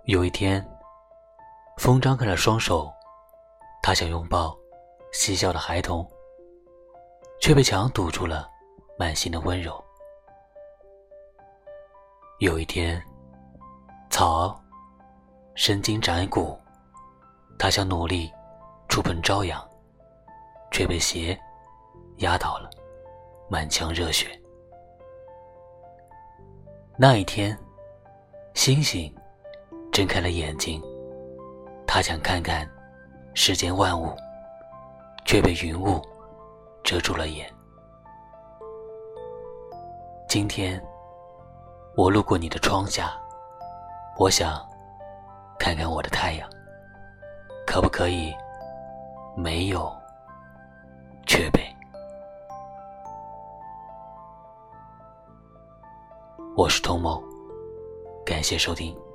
有一天，风张开了双手，他想拥抱嬉笑的孩童，却被墙堵住了满心的温柔。有一天，草身经斩骨，他想努力触碰朝阳，却被鞋压倒了满腔热血。那一天，星星睁开了眼睛，他想看看世间万物，却被云雾遮住了眼。今天我路过你的窗下，我想看看我的太阳，可不可以没有却被。我是童某，感谢收听。